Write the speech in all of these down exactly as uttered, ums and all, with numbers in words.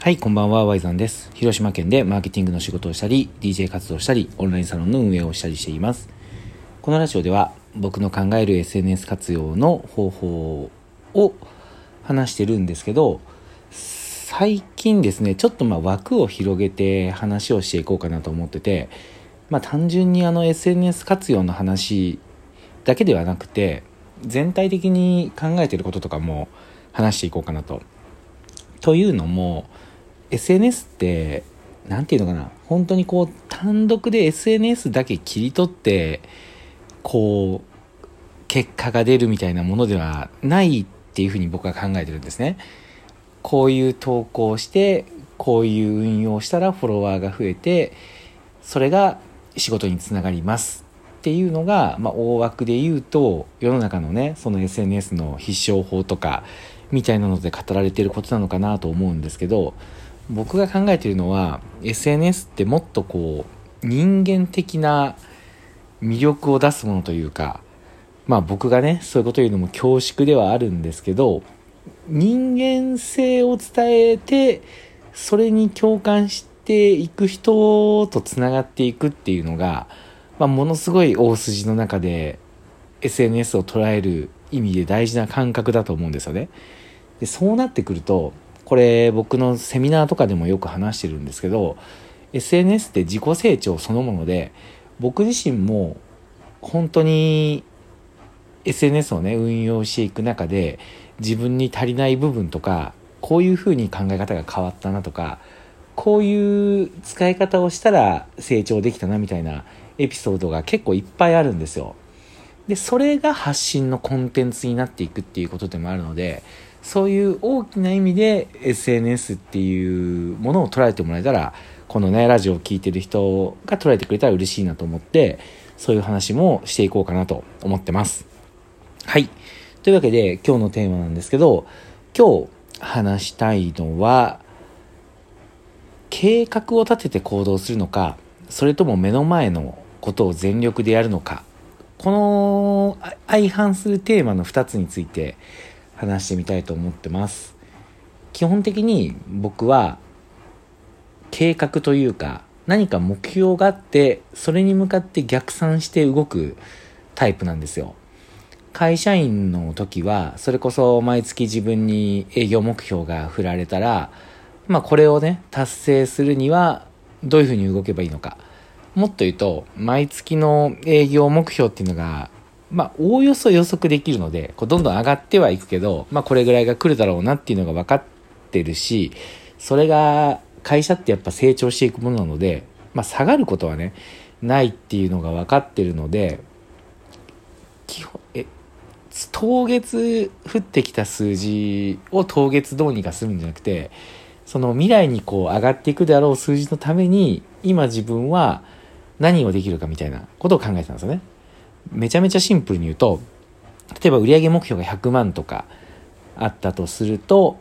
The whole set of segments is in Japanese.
はい、こんばんは、ワイザンです。広島県でマーケティングの仕事をしたり、ディージェー 活動をしたり、オンラインサロンの運営をしたりしています。このラジオでは、僕の考える エスエヌエス 活用の方法を話してるんですけど、最近ですね、ちょっとまあ枠を広げて話をしていこうかなと思ってて、まあ単純にあの エスエヌエス 活用の話だけではなくて、全体的に考えていることとかも話していこうかなと。というのも、エスエヌエスってなんていうのかな、本当にこう単独で エスエヌエス だけ切り取ってこう結果が出るみたいなものではないっていうふうに僕は考えてるんですね。こういう投稿をしてこういう運用をしたらフォロワーが増えて、それが仕事につながりますっていうのが、まあ、大枠で言うと世の中のね、その エスエヌエス の必勝法とかみたいなので語られていることなのかなと思うんですけど、僕が考えているのは エスエヌエス ってもっとこう人間的な魅力を出すものというか、まあ僕がねそういうことを言うのも恐縮ではあるんですけど、人間性を伝えてそれに共感していく人とつながっていくっていうのが、まあ、ものすごい大筋の中で エスエヌエス を捉える意味で大事な感覚だと思うんですよね。でそうなってくると、これ僕のセミナーとかでもよく話してるんですけど、 エスエヌエス って自己成長そのもので、僕自身も本当に エスエヌエス をね運用していく中で自分に足りない部分とか、こういうふうに考え方が変わったなとか、こういう使い方をしたら成長できたなみたいなエピソードが結構いっぱいあるんですよ。でそれが発信のコンテンツになっていくっていうことでもあるので、そういう大きな意味で エスエヌエス っていうものを捉えてもらえたら、このねラジオを聞いてる人が捉えてくれたら嬉しいなと思って、そういう話もしていこうかなと思ってます。はい、というわけで今日のテーマなんですけど、今日話したいのは、計画を立てて行動するのか、それとも目の前のことを全力でやるのか、この相反するテーマのふたつについて話してみたいと思ってます。基本的に僕は計画というか、何か目標があってそれに向かって逆算して動くタイプなんですよ。会社員の時はそれこそ毎月自分に営業目標が振られたら、まあこれをね達成するにはどういうふうに動けばいいのか、もっと言うと毎月の営業目標っていうのがまあおおよそ予測できるので、こうどんどん上がってはいくけど、まあこれぐらいが来るだろうなっていうのが分かってるし、それが会社ってやっぱ成長していくものなので、まあ下がることはねないっていうのが分かってるので、基本え当月降ってきた数字を当月どうにかするんじゃなくて、その未来にこう上がっていくであろう数字のために今自分は何をできるかみたいなことを考えてたんですよね。めちゃめちゃシンプルに言うと、例えば売上目標がひゃくまんとかあったとすると、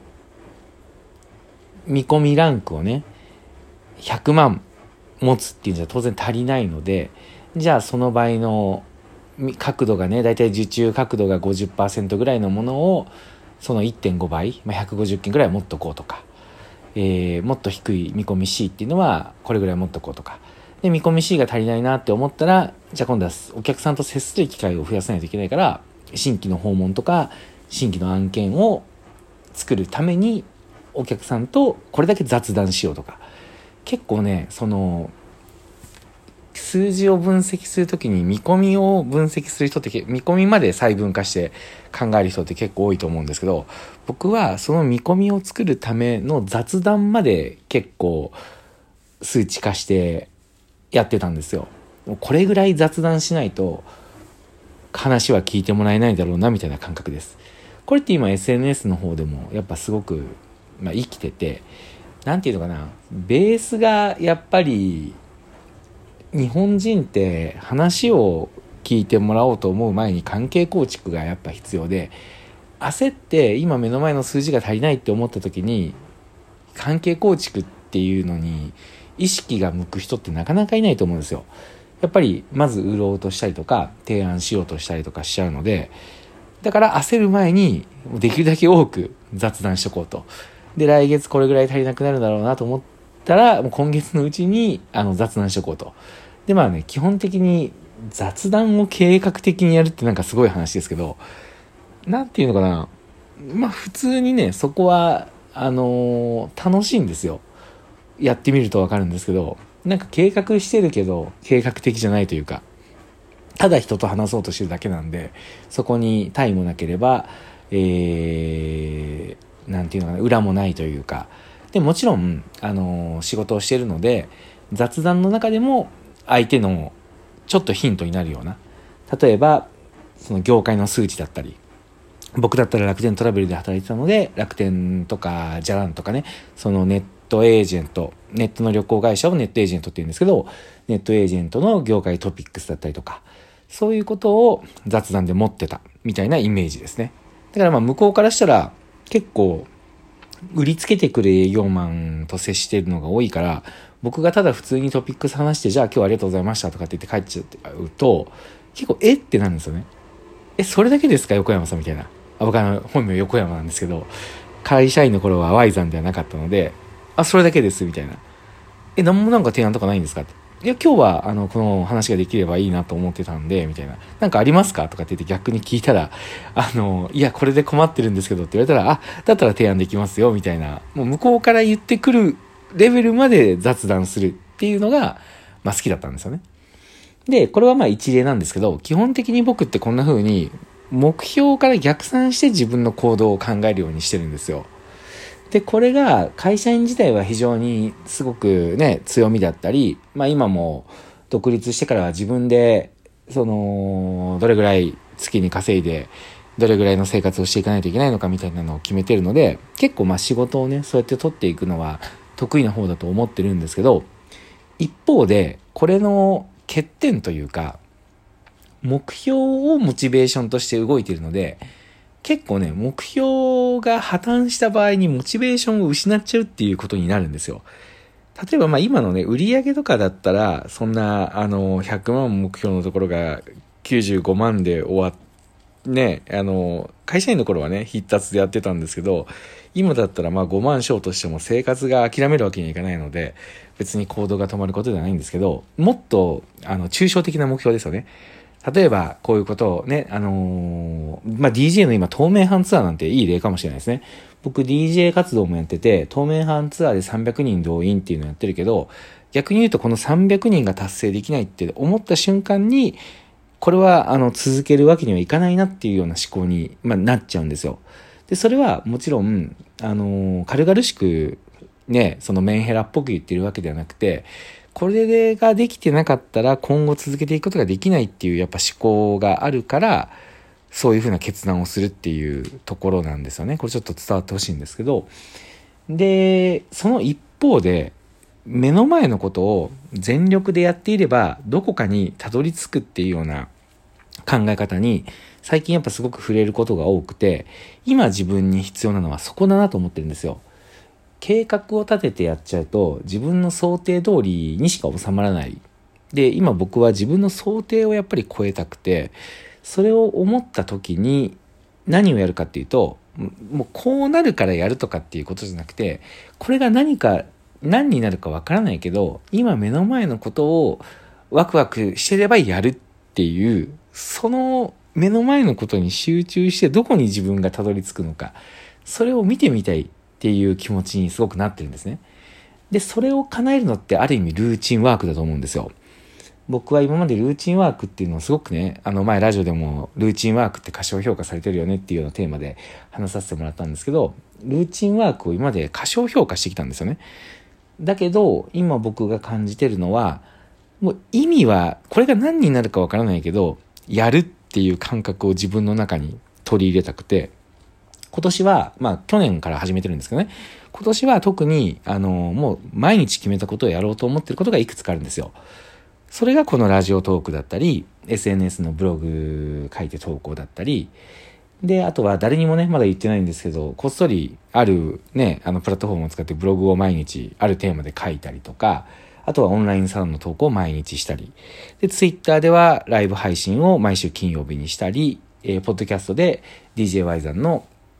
見込みランクをねひゃくまん持つっていうんじゃ当然足りないので、じゃあその倍の角度がね、だいたい受注角度が ごじゅっパーセント ぐらいのものをその いってんご 倍、まあ、ひゃくごじゅっけんぐらい持っとこうとか、えー、もっと低い見込み C っていうのはこれぐらい持っとこうとかで、見込み C が足りないなって思ったら、じゃあ今度はお客さんと接する機会を増やさないといけないから、新規の訪問とか新規の案件を作るためにお客さんとこれだけ雑談しようとか、結構ねその数字を分析するときに見込みを分析する人って、見込みまで細分化して考える人って結構多いと思うんですけど、僕はその見込みを作るための雑談まで結構数値化してやってたんですよ。これぐらい雑談しないと話は聞いてもらえないだろうなみたいな感覚です。これって今 エスエヌエス の方でもやっぱすごく、まあ、生きてて、なんていうのかな、ベースがやっぱり日本人って話を聞いてもらおうと思う前に関係構築がやっぱ必要で、焦って今目の前の数字が足りないって思った時に関係構築っていうのに意識が向く人ってなかなかいないと思うんですよ。やっぱりまず売ろうとしたりとか提案しようとしたりとかしちゃうので、だから焦る前にできるだけ多く雑談しとこうと。 で、来月これぐらい足りなくなるだろうなと思ったら、もう今月のうちにあの雑談しとこうと。で、まあね、基本的に雑談を計画的にやるってなんかすごい話ですけど、なんていうのかな。まあ普通にね、そこは、あのー、楽しいんですよ。やってみるとわかるんですけど、なんか計画してるけど、計画的じゃないというか、ただ人と話そうとしてるだけなんで、そこにタイもなければ、えー、なんていうのかな、裏もないというか、でもちろん、あのー、仕事をしているので、雑談の中でも相手のちょっとヒントになるような、例えば、その業界の数値だったり、僕だったら楽天トラベルで働いてたので、楽天とかじゃらんとかね、そのネットエージェント、ネットの旅行会社をネットエージェントって言うんですけど、ネットエージェントの業界トピックスだったりとか、そういうことを雑談で持ってたみたいなイメージですね。だからまあ向こうからしたら結構売りつけてくる営業マンと接しているのが多いから、僕がただ普通にトピックス話して、じゃあ今日はありがとうございましたとかって言って帰っちゃうと、結構えってなるんですよね。え、それだけですか横山さんみたいな。あ、僕は本名横山なんですけど、会社員の頃はワイザンではなかったので、あ、それだけですみたいな。え、なんもなんか提案とかないんですかって。いや、今日はあのこの話ができればいいなと思ってたんでみたいな、なんかありますかとかって言って逆に聞いたら、あのいやこれで困ってるんですけどって言われたら、あ、だったら提案できますよみたいな、もう向こうから言ってくるレベルまで雑談するっていうのがまあ好きだったんですよね。でこれはまあ一例なんですけど、基本的に僕ってこんな風に目標から逆算して自分の行動を考えるようにしてるんですよ。で、これが会社員自体は非常にすごくね、強みだったり、まあ今も独立してからは自分で、その、どれぐらい月に稼いで、どれぐらいの生活をしていかないといけないのかみたいなのを決めてるので、結構まあ仕事をね、そうやって取っていくのは得意な方だと思ってるんですけど、一方で、これの欠点というか、目標をモチベーションとして動いているので、結構ね、目標が破綻した場合にモチベーションを失っちゃうっていうことになるんですよ。例えばまあ今のね、売上とかだったら、そんな、あの、ひゃくまん目標のところがきゅうじゅうごまんで終わっね、あの、会社員の頃はね、必達でやってたんですけど、今だったらまあごまんショーとしても生活が諦めるわけにはいかないので、別に行動が止まることではないんですけど、もっと、あの、抽象的な目標ですよね。例えば、こういうことをね、あのー、まあ、ディージェー の今、透明版ツアーなんていい例かもしれないですね。僕、ディージェー 活動もやってて、透明版ツアーでさんびゃくにん動員っていうのをやってるけど、逆に言うとこのさんびゃくにんが達成できないって思った瞬間に、これは、あの、続けるわけにはいかないなっていうような思考に、まあ、なっちゃうんですよ。で、それはもちろん、あのー、軽々しく、ね、そのメンヘラっぽく言ってるわけではなくて、これができてなかったら今後続けていくことができないっていうやっぱ思考があるから、そういうふうな決断をするっていうところなんですよね。これちょっと伝わってほしいんですけど、でその一方で目の前のことを全力でやっていればどこかにたどり着くっていうような考え方に最近やっぱすごく触れることが多くて、今自分に必要なのはそこだなと思ってるんですよ。計画を立ててやっちゃうと自分の想定通りにしか収まらない。で、今僕は自分の想定をやっぱり超えたくて、それを思った時に何をやるかっていうと、もうこうなるからやるとかっていうことじゃなくて、これが何か何になるかわからないけど、今目の前のことをワクワクしてればやるっていう、その目の前のことに集中してどこに自分がたどり着くのか、それを見てみたいっていう気持ちにすごくなってるんですね。で、それを叶えるのってある意味ルーチンワークだと思うんですよ。僕は今までルーチンワークっていうのをすごくね、あの前ラジオでもルーチンワークって過小評価されてるよねっていうようなテーマで話させてもらったんですけど、ルーチンワークを今まで過小評価してきたんですよね。だけど今僕が感じてるのは、もう意味はこれが何になるかわからないけど、やるっていう感覚を自分の中に取り入れたくて、今年は、まあ去年から始めてるんですけどね、今年は特にあのもう毎日決めたことをやろうと思ってることがいくつかあるんですよ。それがこのラジオトークだったり、エスエヌエス のブログ書いて投稿だったり、で、あとは誰にもね、まだ言ってないんですけど、こっそりあるね、あのプラットフォームを使ってブログを毎日あるテーマで書いたりとか、あとはオンラインサロンの投稿を毎日したり、で、ツイッターではライブ配信を毎週金曜日にしたり、えー、ポッドキャストで ディージェー ワイザンの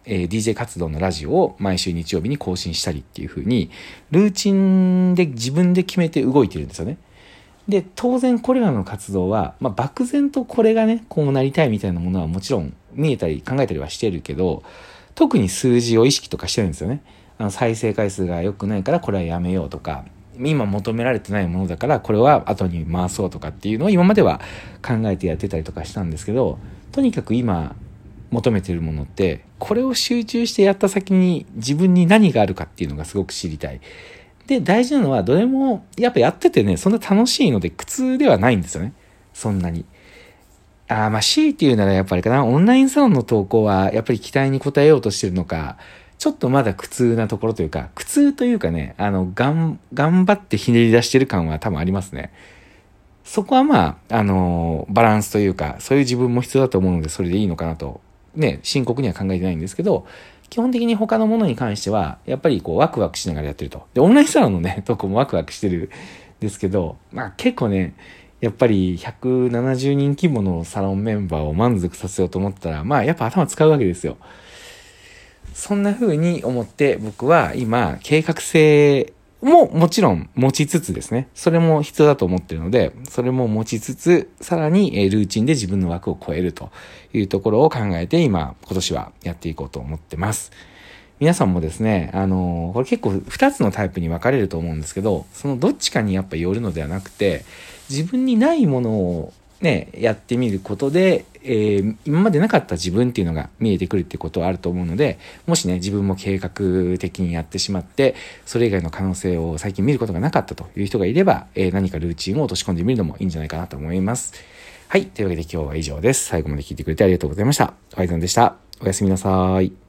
えー、ディージェー 活動のラジオを毎週日曜日に更新したりっていう風に、ルーチンで自分で決めて動いてるんですよね。で、当然これらの活動は、まあ、漠然とこれがね、こうなりたいみたいなものはもちろん見えたり考えたりはしてるけど、特に数字を意識とかしてるんですよね。あの再生回数が良くないからこれはやめようとか、今求められてないものだからこれは後に回そうとかっていうのを今までは考えてやってたりとかしたんですけど、とにかく今求めてるものって、これを集中してやった先に自分に何があるかっていうのがすごく知りたい。で、大事なのはどれもやっぱやっててね、そんな楽しいので苦痛ではないんですよね。そんなに。ああ、まあ C っていうならやっぱりかな、オンラインサロンの投稿はやっぱり期待に応えようとしてるのか、ちょっとまだ苦痛なところというか、苦痛というかね、あの、がん、頑張ってひねり出してる感は多分ありますね。そこはまあ、あの、バランスというか、そういう自分も必要だと思うので、それでいいのかなと、ね、深刻には考えてないんですけど、基本的に他のものに関しては、やっぱりこう、ワクワクしながらやってると。で、オンラインサロンのね、とこもワクワクしてるんですけど、まあ結構ね、やっぱりひゃくななじゅうにん規模のサロンメンバーを満足させようと思ったら、まあやっぱ頭使うわけですよ。そんな風に思って僕は今計画性ももちろん持ちつつですね。それも必要だと思っているので、それも持ちつつ、さらにルーチンで自分の枠を超えるというところを考えて今、今年はやっていこうと思ってます。皆さんもですね、あの、これ結構ふたつのタイプに分かれると思うんですけど、そのどっちかにやっぱ寄るのではなくて、自分にないものをね、やってみることで、えー、今までなかった自分っていうのが見えてくるっていうことはあると思うので、もしね、自分も計画的にやってしまって、それ以外の可能性を最近見ることがなかったという人がいれば、えー、何かルーチンを落とし込んでみるのもいいんじゃないかなと思います。はい。というわけで今日は以上です。最後まで聞いてくれてありがとうございました。おはようでした。おやすみなさい。